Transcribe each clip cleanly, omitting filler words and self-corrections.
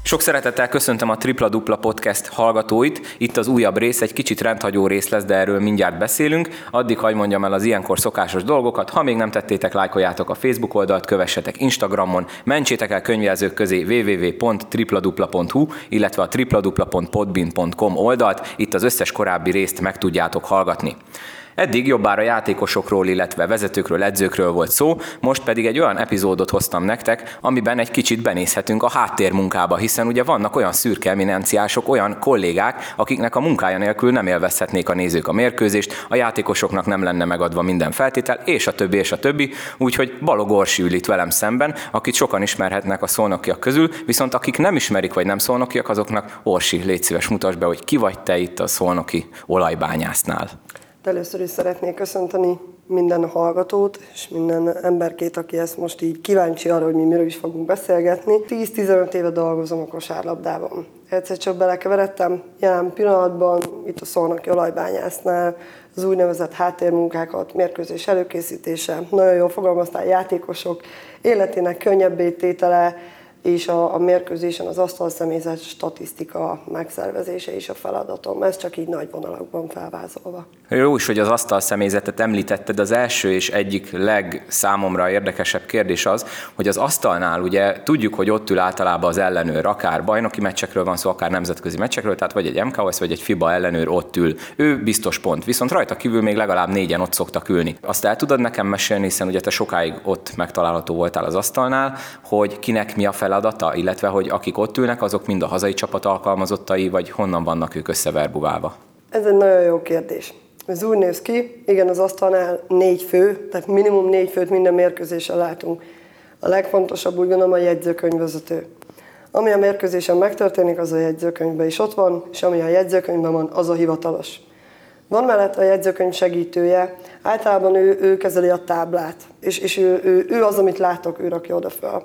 Sok szeretettel köszöntöm a Tripla Dupla Podcast hallgatóit. Itt az újabb rész, egy kicsit rendhagyó rész lesz, de erről mindjárt beszélünk. Addig hadd mondjam el az ilyenkor szokásos dolgokat. Ha még nem tettétek, lájkoljátok a Facebook oldalt, kövessetek Instagramon, mentsétek el könyvjelzők közé www.tripladupla.hu, illetve a tripladupla.podbean.com oldalt. Itt az összes korábbi részt meg tudjátok hallgatni. Eddig jobbára játékosokról, illetve vezetőkről, edzőkről volt szó, most pedig egy olyan epizódot hoztam nektek, amiben egy kicsit benézhetünk a háttérmunkába, hiszen ugye vannak olyan szürke eminenciások, olyan kollégák, akiknek a munkája nélkül nem élvezhetnék a nézők a mérkőzést, a játékosoknak nem lenne megadva minden feltétel, és a többi, úgyhogy Balog Orsi ül itt velem szemben, akit sokan ismerhetnek a szolnokiak közül, viszont akik nem ismerik vagy nem szolnokiak, azoknak Orsi, légy szíves, mutasd be, hogy ki vagy te itt a szolnoki olajbányásznál. Először is szeretnék köszönteni minden hallgatót, és minden emberkét, aki ezt most így kíváncsi arra, hogy mi miről is fogunk beszélgetni. 10-15 éve dolgozom a kosárlabdában. Egyszer csak belekeveredtem jelen pillanatban itt a szolnoki olajbányásznál az úgynevezett háttérmunkákat, mérkőzés előkészítése, nagyon jól fogalmaztál, játékosok életének könnyebbé tétele, és a mérkőzésen az asztalszemélyzet statisztika megszervezése is a feladatom. Ez csak így nagy vonalakban felvázolva. Jó is, hogy az asztalszemélyzetet említetted. Az első és egyik legszámomra érdekesebb kérdés az, hogy az asztalnál ugye tudjuk, hogy ott ül általában az ellenőr, akár bajnoki meccsekről van szó, akár nemzetközi meccsekről, tehát vagy egy MKOS, vagy egy FIBA ellenőr ott ül. Ő biztos pont, viszont rajta kívül még legalább 4-en ott szoktak ülni. Azt el tudod nekem mesélni, hiszen ugye te sokáig ott megtalálható voltál az asztalnál, hogy kinek mi a feladata, illetve hogy akik ott ülnek, azok mind a hazai csapat alkalmazottai, vagy honnan vannak ők összeverbuválva? Ez egy nagyon jó kérdés. Ez úgy néz ki, igen, az asztalnál 4 fő, tehát minimum 4 főt minden mérkőzésen látunk. A legfontosabb úgy gondolom a jegyzőkönyvvezető. Ami a mérkőzésen megtörténik, az a jegyzőkönyvben is ott van, és ami a jegyzőkönyvben van, az a hivatalos. Van mellett a jegyzőkönyv segítője, általában ő kezeli a táblát, és ő az, amit látok, ő rakja oda fel.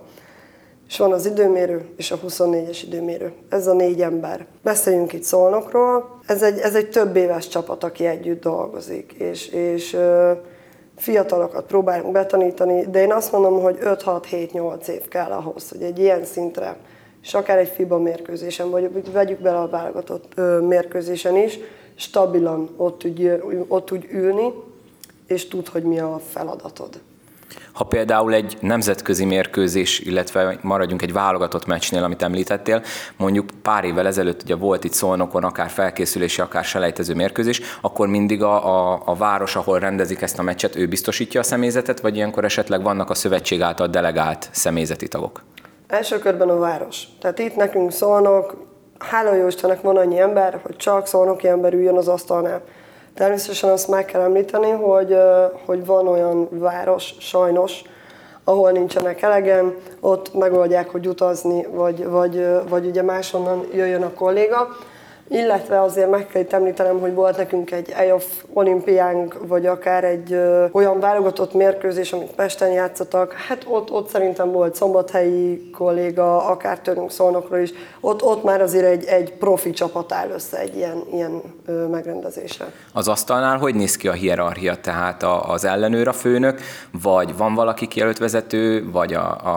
És van az időmérő és a 24-es időmérő. Ez a 4 ember. Beszéljünk itt Szolnokról. Ez egy több éves csapat, aki együtt dolgozik, és fiatalokat próbálunk betanítani, de én azt mondom, hogy 5-6-7-8 év kell ahhoz, hogy egy ilyen szintre, és akár egy FIBA mérkőzésen, vagy vegyük bele a válogatott mérkőzésen is, stabilan ott tudj ülni, és tudd, hogy mi a feladatod. Ha például egy nemzetközi mérkőzés, illetve maradjunk egy válogatott meccsnél, amit említettél, mondjuk pár évvel ezelőtt ugye volt itt Szolnokon akár felkészülési, akár selejtező mérkőzés, akkor mindig a város, ahol rendezik ezt a meccset, ő biztosítja a személyzetet, vagy ilyenkor esetleg vannak a szövetség által delegált személyzeti tagok? Első körben a város. Tehát itt nekünk Szolnok, hála jó Istennek van annyi ember, hogy csak szolnoki ember üljön az asztalnál. Természetesen azt meg kell említeni, hogy van olyan város, sajnos, ahol nincsenek elegen, ott megoldják, hogy utazni, vagy ugye máshonnan jöjjön a kolléga. Illetve azért meg kell itt említenem, hogy volt nekünk egy EOF olimpiánk, vagy akár egy olyan válogatott mérkőzés, amit Pesten játszottak. Hát ott szerintem volt szombathelyi kolléga, akár tőlünk Szolnokról is. Ott már azért egy profi csapat áll össze egy ilyen megrendezésre. Az asztalnál hogy néz ki a hierarchia? Tehát az ellenőr a főnök, vagy van valaki kijelölt vezető, vagy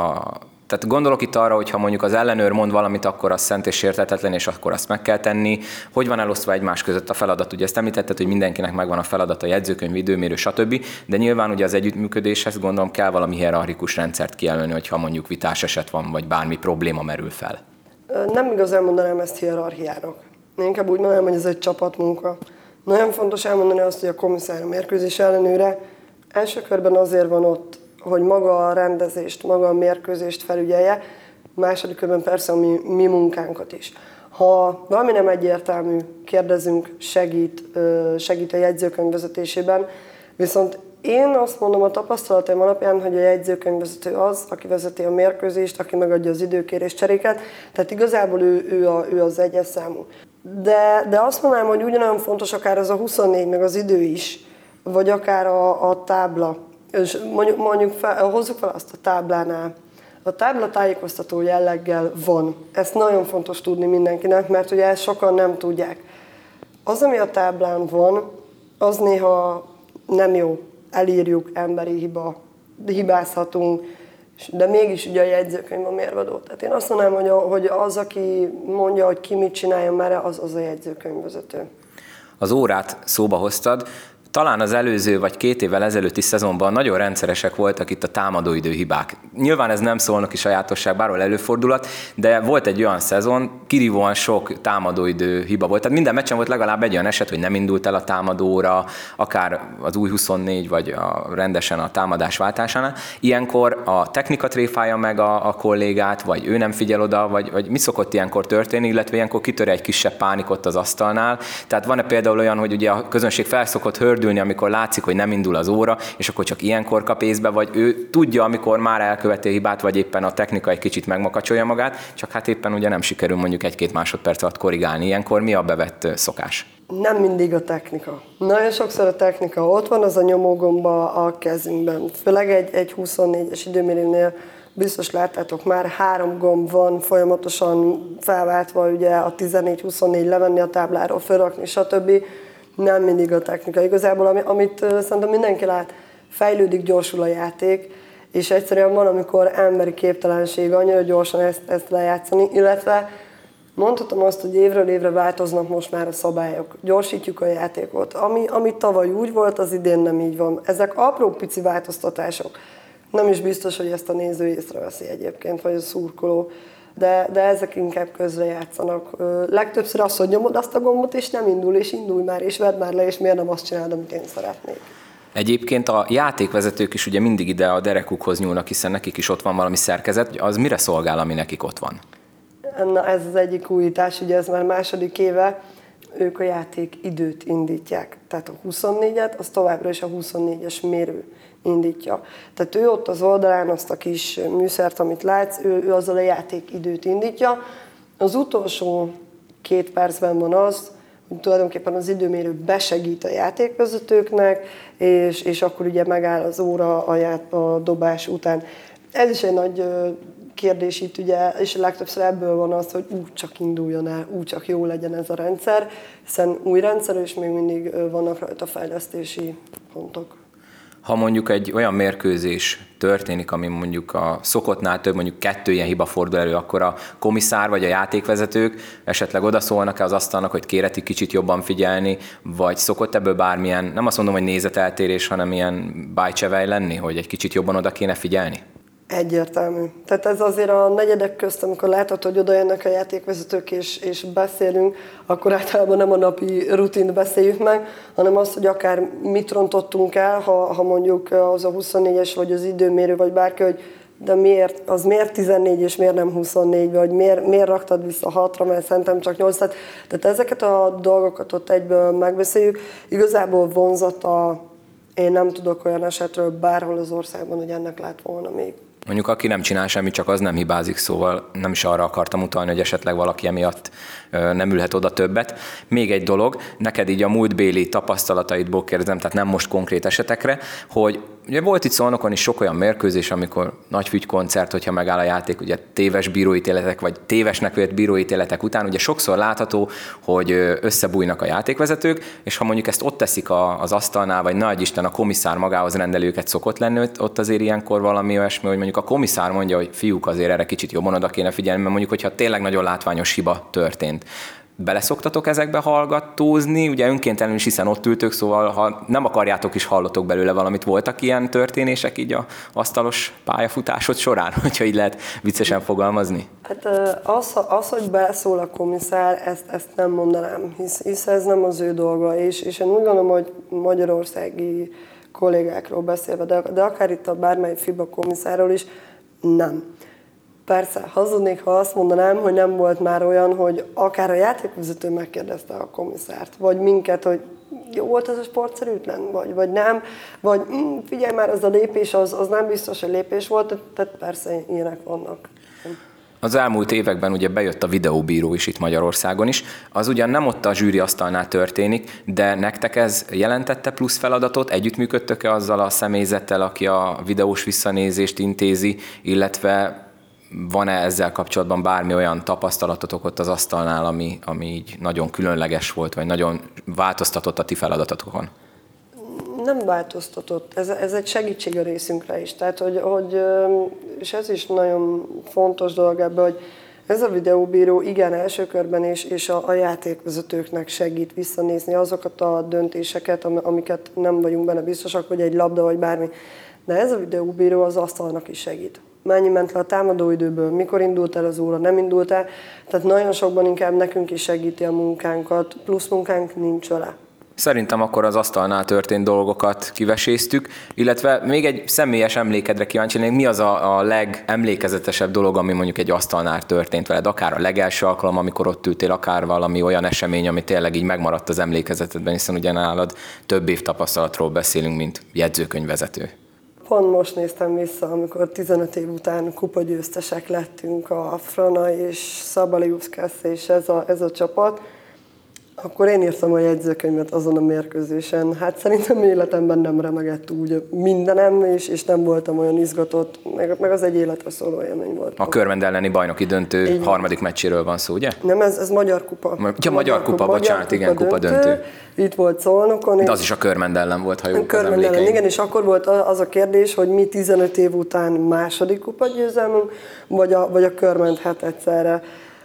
Tehát gondolok itt arra, hogy ha mondjuk az ellenőr mond valamit, akkor az szent és sérthetetlen, és akkor azt meg kell tenni. Hogy van elosztva egymás között a feladat? Ugye ezt említetted, hogy mindenkinek megvan a feladata, jegyzőkönyv, időmérő, stb. De nyilván ugye az együttműködéshez gondolom kell valami hierarchikus rendszert kijelölni, hogyha mondjuk vitás eset van, vagy bármi probléma merül fel. Nem igazán mondanám ezt hierarchiának. Én inkább úgy mondanám, hogy ez egy csapatmunka. Nagyon fontos elmondani azt, hogy a komisszár a mérkőzés ellenőre első körben azért van ott, hogy maga a rendezést, maga a mérkőzést felügyelje, második körben persze a mi munkánkat is. Ha valami nem egyértelmű, kérdezünk, segít a jegyzőkönyv vezetésében, viszont én azt mondom a tapasztalataim alapján, hogy a jegyzőkönyvvezető az, aki vezeti a mérkőzést, aki megadja az időkérés cseréket, tehát igazából ő az egyes számú. De azt mondanám, hogy ugyanolyan fontos akár az a 24, meg az idő is, vagy akár a tábla. És hozzuk fel azt a táblánál. A tábla tájékoztató jelleggel van. Ezt nagyon fontos tudni mindenkinek, mert ugye ezt sokan nem tudják. Az, ami a táblán van, az néha nem jó. Elírjuk, emberi hiba, hibázhatunk, de mégis ugye a jegyzőkönyv a mérvadó. Tehát én azt mondanám, hogy az, aki mondja, hogy ki mit csináljon már, az a jegyzőkönyvvezető. Az órát szóba hoztad. Talán az előző vagy 2 évvel ezelőtti szezonban nagyon rendszeresek voltak itt a támadóidő hibák. Nyilván ez nem szolnoki sajátosság, bárhol előfordulhat, de volt egy olyan szezon, kirívóan sok támadóidő hiba volt. Tehát minden meccsen volt legalább egy olyan eset, hogy nem indult el a támadóra, akár az új 24, vagy rendesen a támadás váltásánál. Ilyenkor a technika tréfálja meg a kollégát, vagy ő nem figyel oda, vagy mi szokott ilyenkor történni, illetve ilyenkor kitör egy kisebb pánikot az asztalnál. Tehát van-e például olyan, hogy ugye a közönség felszokott hördülni, amikor látszik, hogy nem indul az óra, és akkor csak ilyenkor kap észbe, vagy ő tudja, amikor már elköveti a hibát, vagy éppen a technika egy kicsit megmakacsolja magát, csak hát éppen ugye nem sikerül mondjuk 1-2 másodperc alatt korrigálni. Ilyenkor mi a bevett szokás? Nem mindig a technika. Nagyon sokszor a technika ott van, az a nyomógomba a kezünkben. Főleg egy 24-es időmérőnél biztos láttátok már, 3 gomb van folyamatosan felváltva, ugye a 14-24 levenni a tábláról, felrakni, stb. Nem mindig a technika. Igazából, amit szerintem mindenki lát, fejlődik, gyorsul a játék, és egyszerűen van, amikor emberi képtelenség annyira gyorsan ezt lejátszani, illetve mondhatom azt, hogy évről évre változnak most már a szabályok. Gyorsítjuk a játékot. Ami tavaly úgy volt, az idén nem így van. Ezek apró pici változtatások. Nem is biztos, hogy ezt a néző észreveszi egyébként, vagy a szurkoló. De ezek inkább közre játszanak. Legtöbbször az, hogy nyomod azt a gombot, és nem indul, és indulj már, és vedd már le, és miért nem azt csinálod, amit én szeretnék. Egyébként a játékvezetők is ugye mindig ide a derekukhoz nyúlnak, hiszen nekik is ott van valami szerkezet. Az mire szolgál, ami nekik ott van? Na, ez az egyik újítás, ugye ez már 2. éve, ők a játék időt indítják. Tehát a 24-et, az továbbra is a 24-es mérő indítja. Tehát ő ott az oldalán azt a kis műszert, amit látsz, ő azzal a játékidőt indítja. Az utolsó 2 percben van az, hogy tulajdonképpen az időmérő besegít a játékvezetőknek, és akkor ugye megáll az óra a dobás után. Ez is egy nagy kérdés itt, ugye, és legtöbbször ebből van az, hogy csak induljon el, csak jó legyen ez a rendszer, hiszen új rendszer, és még mindig vannak rajta fejlesztési pontok. Ha mondjuk egy olyan mérkőzés történik, ami mondjuk a szokottnál több, mondjuk 2 ilyen hiba fordul elő, akkor a komisszár vagy a játékvezetők esetleg odaszólnak-e az asztalnak, hogy kérhetik kicsit jobban figyelni, vagy szokott ebből bármilyen, nem azt mondom, hogy nézeteltérés, hanem ilyen bájcsevej lenni, hogy egy kicsit jobban oda kéne figyelni? Egyértelmű. Tehát ez azért a negyedek közt, amikor látod, hogy oda jönnek a játékvezetők és beszélünk, akkor általában nem a napi rutint beszéljük meg, hanem azt, hogy akár mit rontottunk el, ha mondjuk az a 24-es vagy az időmérő, vagy bárki, hogy de miért 14 és miért nem 24, vagy miért raktad vissza 6-ra, mert szerintem csak 8. Tehát ezeket a dolgokat ott egyből megbeszéljük. Igazából vonzata, én nem tudok olyan esetről bárhol az országban, hogy ennek lett volna még. Mondjuk aki nem csinál semmit, csak az nem hibázik, szóval nem is arra akartam utalni, hogy esetleg valaki emiatt nem ülhet oda többet. Még egy dolog, neked így a múltbéli tapasztalataidból kérdezem, tehát nem most konkrét esetekre, hogy ugye volt itt Szolnokon is sok olyan mérkőzés, amikor nagy fügykoncert, hogyha megáll a játék, ugye téves bíróítéletek, vagy tévesnek vélt bíróítéletek után, ugye sokszor látható, hogy összebújnak a játékvezetők, és ha mondjuk ezt ott teszik az asztalnál, vagy nagy Isten a komisszár magához rendelőket szokott lenni, ott azért ilyenkor valami olyasmi, hogy mondjuk a komisszár mondja, hogy fiúk, azért erre kicsit jobban oda kéne figyelni, mert mondjuk, hogyha tényleg nagyon látványos hiba történt. Beleszoktatok ezekbe hallgatózni, ugye önkéntelenül is, hiszen ott ültök, szóval ha nem akarjátok is, hallotok belőle valamit. Voltak ilyen történések így a asztalos pályafutásod során, hogyha így lehet viccesen fogalmazni? Hát az hogy beleszól a komisszár, ezt nem mondanám, hisz ez nem az ő dolga, és én úgy gondolom, hogy magyarországi kollégákról beszélve, de akár itt a bármely FIBA komisszárról is, nem. Persze, hazudnék, ha azt mondanám, hogy nem volt már olyan, hogy akár a játékvezető megkérdezte a komisszárt, vagy minket, hogy jó volt ez a sportszerűtlen, vagy nem, vagy figyelj már, az a lépés, az nem biztos, hogy lépés volt, tehát persze ilyenek vannak. Az elmúlt években ugye bejött a videóbíró is itt Magyarországon is. Az ugyan nem ott a zsűri asztalnál történik, de nektek ez jelentette plusz feladatot? Együttműködtök-e azzal a személyzettel, aki a videós visszanézést intézi, illetve van-e ezzel kapcsolatban bármi olyan tapasztalatotok ott az asztalnál, ami így nagyon különleges volt, vagy nagyon változtatott a ti feladatotokon? Nem változtatott. Ez egy segítség a részünkre is. Tehát, és ez is nagyon fontos dolog ebben, hogy ez a videóbíró igen első körben és a játékvezetőknek segít visszanézni azokat a döntéseket, amiket nem vagyunk benne biztosak, hogy egy labda vagy bármi. De ez a videóbíró az asztalnak is segít. Mennyi ment le a támadóidőből, mikor indult el az óra, nem indult el. Tehát nagyon sokban inkább nekünk is segíti a munkánkat, plusz munkánk nincs vele. Szerintem akkor az asztalnál történt dolgokat kiveséztük, illetve még egy személyes emlékedre kíváncsi lennék, mi az a legemlékezetesebb dolog, ami mondjuk egy asztalnál történt veled, akár a legelső alkalom, amikor ott ültél, akár valami olyan esemény, ami tényleg így megmaradt az emlékezetedben, hiszen ugye nálad több év tapasztalatról beszélünk, mint jegyzőkönyvvezető. Pont most néztem vissza, amikor 15 év után kupagyőztesek lettünk, a Frana és Szabaliuszkász és ez a csapat, akkor én írtam a jegyzőkönyvet azon a mérkőzésen. Hát szerintem életemben nem remegett úgy mindenem, és nem voltam olyan izgatott, meg az egy életre szóló élmény volt. A Körmend elleni bajnoki döntő harmadik meccséről van szó, ugye? Nem, ez Magyar Kupa. Magyar Kupa, bocsánat, igen, kupa döntő. Itt volt Szolnokon. De az is a Körmend ellen volt, ha jók az emlékeim. Igen, és akkor volt az a kérdés, hogy mi 15 év után második kupagyőzelmünk, vagy a Körmend hát egyszerre.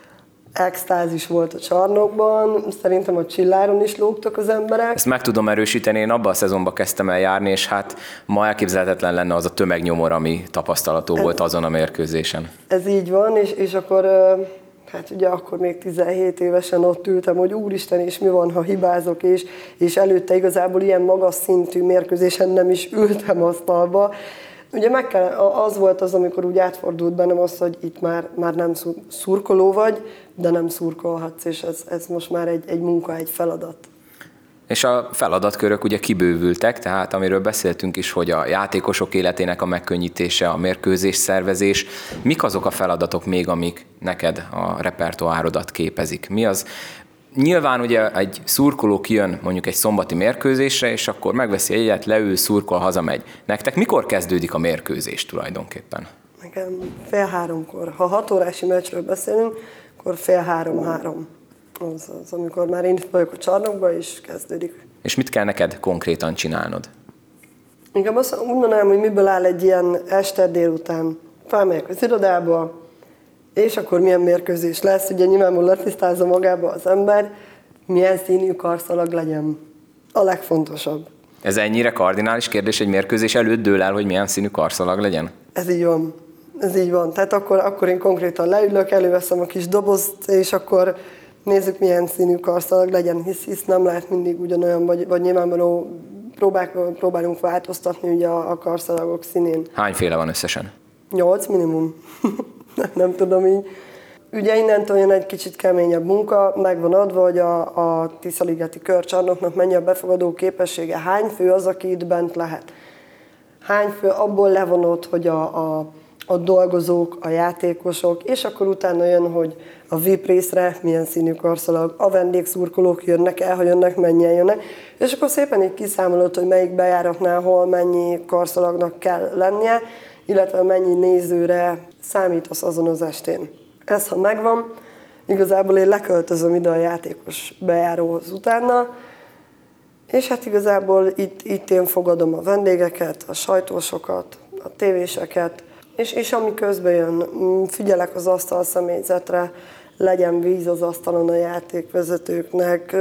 Extázis volt a csarnokban, szerintem a Csilláron is lógtak az emberek. Ezt meg tudom erősíteni, én abban a szezonban kezdtem el járni, és hát ma elképzelhetetlen lenne az a tömegnyomor, ami tapasztalató volt azon a mérkőzésen. Ez így van, és akkor, hát ugye akkor még 17 évesen ott ültem, hogy úristen, és mi van, ha hibázok, és előtte igazából ilyen magas szintű mérkőzésen nem is ültem asztalba. Ugye az volt az, amikor úgy átfordult bennem az, hogy itt már nem szurkoló vagy, de nem szurkolhatsz, és ez most már egy munka, egy feladat. És a feladatkörök ugye kibővültek, tehát amiről beszéltünk is, hogy a játékosok életének a megkönnyítése, a mérkőzés szervezés. Mik azok a feladatok még, amik neked a repertoárodat képezik? Mi az? Nyilván ugye egy szurkoló kijön mondjuk egy szombati mérkőzésre, és akkor megveszi egyet, leül, szurkol, hazamegy. Nektek mikor kezdődik a mérkőzés tulajdonképpen? Nekem 2:30-kor. Ha 6 órási meccsről beszélünk, akkor 2:30-3. Az, amikor már én vagyok a csarnokban, és kezdődik. És mit kell neked konkrétan csinálnod? Inkább úgy mondanám, hogy miből áll egy ilyen este délután. Felmegyek az irodába, és akkor milyen mérkőzés lesz, ugye nyilvánvalóan letisztázza magába az ember, milyen színű karszalag legyen. A legfontosabb. Ez ennyire kardinális kérdés, egy mérkőzés előtt dől el, hogy milyen színű karszalag legyen? Ez így van. Ez így van. Tehát akkor én konkrétan leülök, előveszem a kis dobozt, és akkor nézzük, milyen színű karszalag legyen, hisz nem lehet mindig ugyanolyan, vagy nyilvánvaló próbálunk változtatni ugye a karszalagok színén. Hányféle van összesen? 8 minimum. Nem tudom így. Ugye innentől jön egy kicsit keményebb munka, meg van adva, hogy a Tiszaligeti körcsarnoknak mennyi a befogadó képessége, hány fő az, aki itt bent lehet. Hány fő abból levonott, hogy a dolgozók, a játékosok, és akkor utána jön, hogy a VIP részre milyen színű karszalag, a vendégszurkolók jönnek el, ha jönnek, mennyien jönnek, és akkor szépen így kiszámolod, hogy melyik bejáratnál hol mennyi karszalagnak kell lennie, illetve mennyi nézőre számítasz azon az estén. Ez, ha megvan, igazából én leköltözöm ide a játékos bejáróhoz utána, és hát igazából itt én fogadom a vendégeket, a sajtósokat, a tévéseket, és ami közben jön, figyelek az asztal személyzetre, legyen víz az asztalon a játékvezetőknek,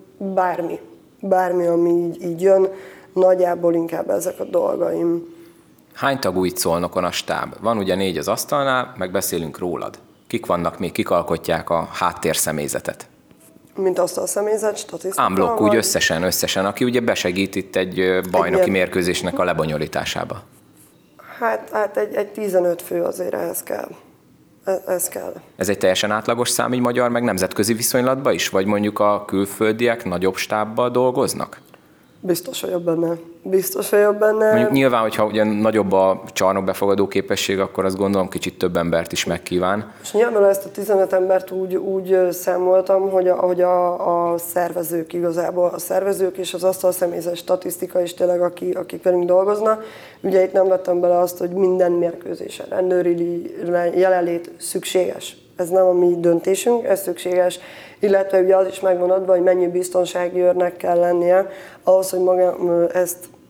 bármi, ami így jön, nagyjából inkább ezek a dolgaim. Hány tagú itt Szolnokon a stáb? Van ugye 4 az asztalnál, meg beszélünk rólad. Kik vannak még, kik alkotják a háttérszemélyzetet? Mint asztalszemélyzet, statisztika? Ámblokk úgy összesen, aki ugye besegít itt egy bajnoki mérkőzésnek a lebonyolításába. Hát egy 15 fő azért ehhez kell. Ez kell. Ez egy teljesen átlagos szám így magyar, meg nemzetközi viszonylatban is? Vagy mondjuk a külföldiek nagyobb stábbal dolgoznak? Biztos vagyok benne. Mondjuk nyilván, hogyha ugye nagyobb a csarnok befogadó képesség, akkor azt gondolom kicsit több embert is megkíván. És nyilván ezt a 15 embert úgy számoltam, hogy a szervezők igazából, a szervezők és az asztalszemélyzet statisztika is tényleg, akik velünk dolgoznak. Ugye itt nem vettem bele azt, hogy minden mérkőzésen rendőri jelenlét szükséges. Ez nem a mi döntésünk, ez szükséges, illetve ugye az is megvan adva, hogy mennyi biztonsági őrnek kell lennie ahhoz, hogy maga ezt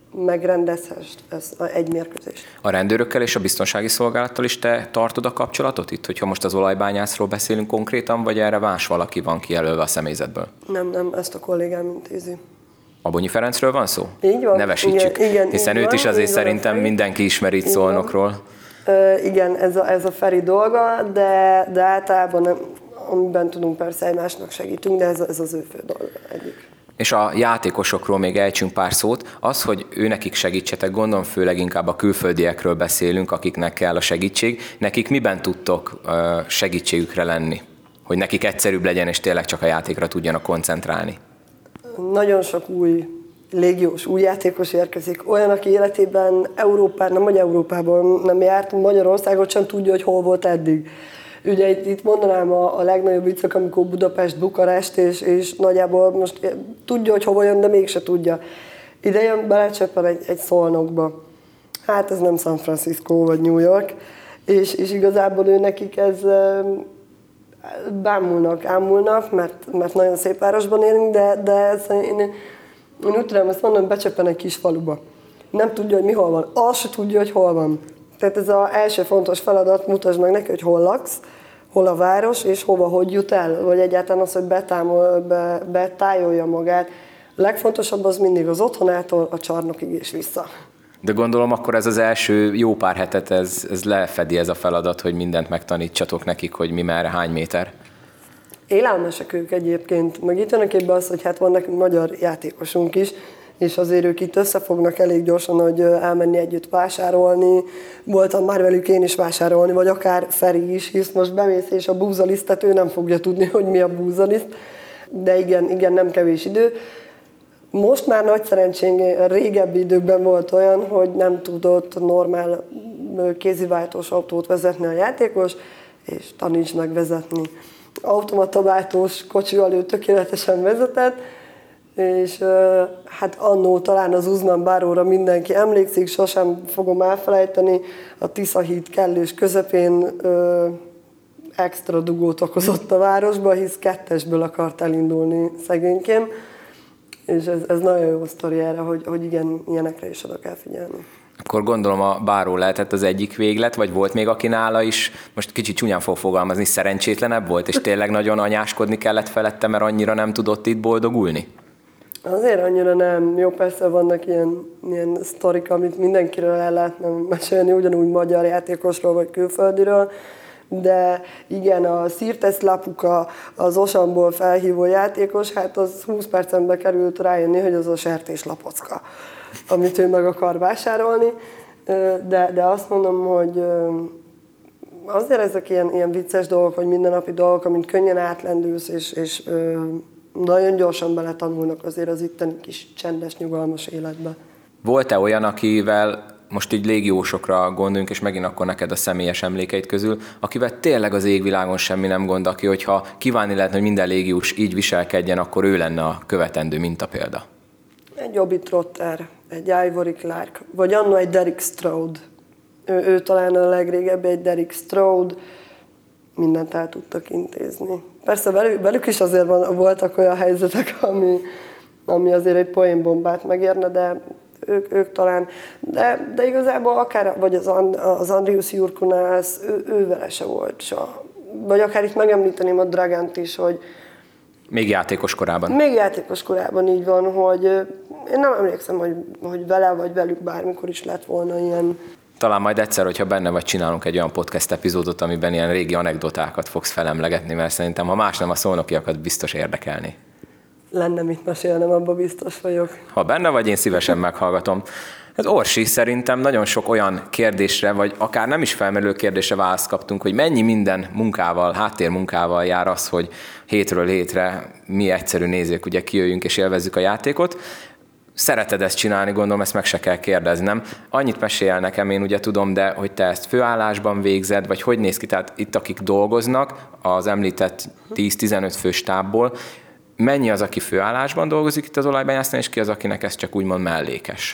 megrendezhess egy mérkőzést. A rendőrökkel és a biztonsági szolgálattal is te tartod a kapcsolatot itt, hogyha most az olajbányászról beszélünk konkrétan, vagy erre más valaki van kijelölve a személyzetből? Nem, ezt a kollégám intézi. Abonyi Ferencről van szó? Így van. Nevesítsük, igen, hiszen őt is azért szerintem mindenki ismeri itt Szolnokról. Igen, ez a Feri dolga, de általában nem, amiben tudunk persze egymásnak segítünk, de ez az ő fő dolga egyik. És a játékosokról még ejtsünk pár szót. Az, hogy őnekik segítsetek, gondolom főleg inkább a külföldiekről beszélünk, akiknek kell a segítség. Nekik miben tudtok segítségükre lenni? Hogy nekik egyszerűbb legyen, és tényleg csak a játékra tudjanak koncentrálni. Nagyon sok új légiós, új játékos érkezik. Olyan, aki életében Európában nem járt, Magyarországot sem tudja, hogy hol volt eddig. Ugye itt mondanám a legnagyobb viccek, amikor Budapest, Bukarest, és nagyjából most tudja, hogy hova jön, de mégse tudja. Ide jön, belecsöppen egy Szolnokba. Hát ez nem San Francisco vagy New York, és igazából ő nekik ez ámulnak, mert nagyon szép városban élünk, de én úgy tudom ezt mondani, hogy becsöppen egy kis faluba. Nem tudja, hogy mi hol van. Azt se tudja, hogy hol van. Tehát ez az első fontos feladat, mutasd meg neki, hogy hol laksz, hol a város, és hova, hogy jut el, vagy egyáltalán az, hogy betájolja magát. A legfontosabb az mindig az otthonától a csarnokig és vissza. De gondolom akkor ez az első jó pár hetet, ez lefedi ez a feladat, hogy mindent megtanítsatok nekik, hogy mi merre, hány méter. Élelmesek ők egyébként, meg itt jönnek képbe az, hogy hát van nekünk magyar játékosunk is, és azért ők itt összefognak elég gyorsan, hogy elmenni együtt vásárolni. Voltam már velük én is vásárolni, vagy akár Feri is, hisz most bemész, és a búzalisztet ő nem fogja tudni, hogy mi a búzaliszt. De igen, nem kevés idő. Most már nagy szerencsénk, régebbi időkben volt olyan, hogy nem tudott normál kéziváltós autót vezetni a játékos, és taníts meg vezetni. Automatabáltós kocsival ő tökéletesen vezetett, és hát annó talán az Uzman Baróra mindenki emlékszik, sosem fogom elfelejteni, a Tisza híd kellős közepén extra dugót okozott a városba, hisz 2-esből akart elindulni szegénykém, és ez nagyon jó sztori erre, hogy igen, ilyenekre is oda kell figyelni. Akkor gondolom a Báró lehetett az egyik véglet, vagy volt még aki nála is, most kicsit csúnyán fog fogalmazni, szerencsétlenebb volt, és tényleg nagyon anyáskodni kellett felette, mert annyira nem tudott itt boldogulni? Azért annyira nem. Jó, persze vannak ilyen sztorik, amit mindenkiről el lehetne mesélni, ugyanúgy magyar játékosról vagy külföldiről, de igen, a Sirtes Lapuka, az Osamból felhívó játékos, hát az 20 percen került rájönni, hogy az a sertéslapocka, amit ő meg akar vásárolni, de azt mondom, hogy azért ezek ilyen vicces dolgok, vagy mindennapi dolgok, amit könnyen átlendülsz, és nagyon gyorsan beletanulnak azért az itteni kis csendes, nyugalmas életbe. Volt-e olyan, akivel most így légiósokra gondoljunk, és megint akkor neked a személyes emlékeid közül, akivel tényleg az égvilágon semmi nem gond, aki, hogyha kívánni lehetne, hogy minden légiós így viselkedjen, akkor ő lenne a követendő mintapélda? Egy Joby Trotter, egy Ivory Clark, vagy anno egy Derek Strode. Ő talán a legrégebbi, egy Derek Strode, mindent el tudtak intézni. Persze velük is azért voltak olyan helyzetek, ami azért egy poénbombát megérne, de ők talán, de igazából akár, vagy az Andrius Jurkunász, ő vele se volt soha. Vagy akár itt megemlíteném a Dragant is, hogy még játékos korában. Még játékos korában így van, hogy én nem emlékszem, hogy vele vagy velük bármikor is lett volna ilyen. Talán majd egyszer, hogyha benne vagy, csinálunk egy olyan podcast epizódot, amiben ilyen régi anekdotákat fogsz felemlegetni, mert szerintem, ha más nem, a szolnokiakat biztos érdekelni. Lenne mit mesélnem, abban biztos vagyok. Ha benne vagy, én szívesen meghallgatom. Ez Orsi, szerintem nagyon sok olyan kérdésre, vagy akár nem is felmerülő kérdésre választ kaptunk, hogy mennyi minden munkával, háttérmunkával jár az, hogy hétről hétre mi egyszerű nézők ugye kijöjjünk és élvezzük a játékot. Szereted ezt csinálni, gondolom, ezt meg se kell kérdeznem. Annyit mesélj el nekem, én ugye tudom, de hogy te ezt főállásban végzed, vagy hogy néz ki, tehát itt akik dolgoznak, az említett 10-15 fős stábból, mennyi az, aki főállásban dolgozik itt az olajbányásznál, és ki az, akinek ez csak úgymond mellékes?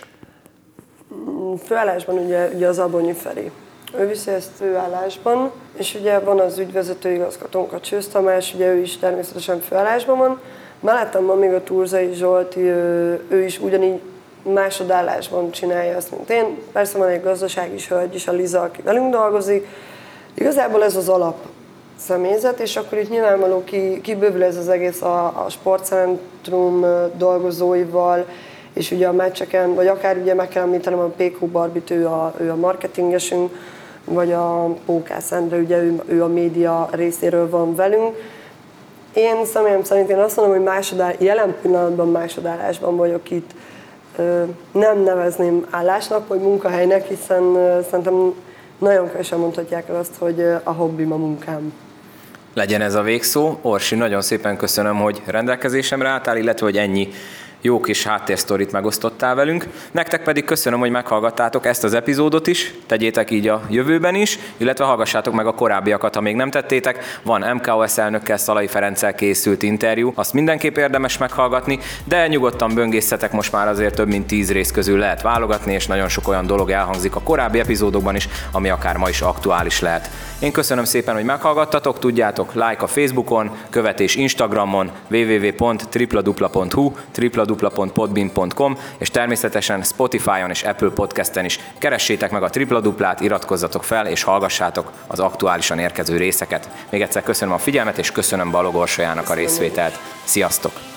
Főállásban ugye az Abonyi Feri. Ő viszi ezt főállásban, és ugye van az ügyvezető igazgatónk, a Csősz Tamás, ugye ő is természetesen főállásban van. Mellettem van még a Turzai Zsolti, ő is ugyanígy másodállásban csinálja ezt, mint én. Persze van egy gazdasági hölgy is, a Liza, aki velünk dolgozik. Igazából ez az alap személyzet, és akkor itt nyilvánvaló kibővül ez az egész a sportcentrum dolgozóival, és ugye a meccseken, vagy akár ugye meg kell említenem a PQ Barbit, ő a marketingesünk, vagy a Pókász Endre, ugye ő a média részéről van velünk. Én személyem szerint én azt mondom, hogy jelen pillanatban másodállásban vagyok itt. Nem nevezném állásnak, vagy munkahelynek, hiszen szerintem nagyon kevesen mondhatják el azt, hogy a hobbim a munkám. Legyen ez a végszó. Orsi, nagyon szépen köszönöm, hogy rendelkezésemre álltál, illetve hogy ennyi jó kis háttérsztorit megosztottál velünk. Nektek pedig köszönöm, hogy meghallgattátok ezt az epizódot is, tegyétek így a jövőben is, illetve hallgassátok meg a korábbiakat, ha még nem tettétek. Van MKOS elnökkel, Szalai Ferenccel készült interjú, azt mindenképp érdemes meghallgatni, de nyugodtan böngészetek, most már azért több mint 10 rész közül lehet válogatni, és nagyon sok olyan dolog elhangzik a korábbi epizódokban is, ami akár ma is aktuális lehet. Én köszönöm szépen, hogy meghallgattatok, tudjátok, like a Facebookon, követés Instagramon, www.tripladupla.hu, tripladupla.podbean.com, és természetesen Spotify-on és Apple Podcasten is keressétek meg a Tripla Duplát, iratkozzatok fel és hallgassátok az aktuálisan érkező részeket. Még egyszer köszönöm a figyelmet, és köszönöm Balog Orsolyának a részvételt. Sziasztok!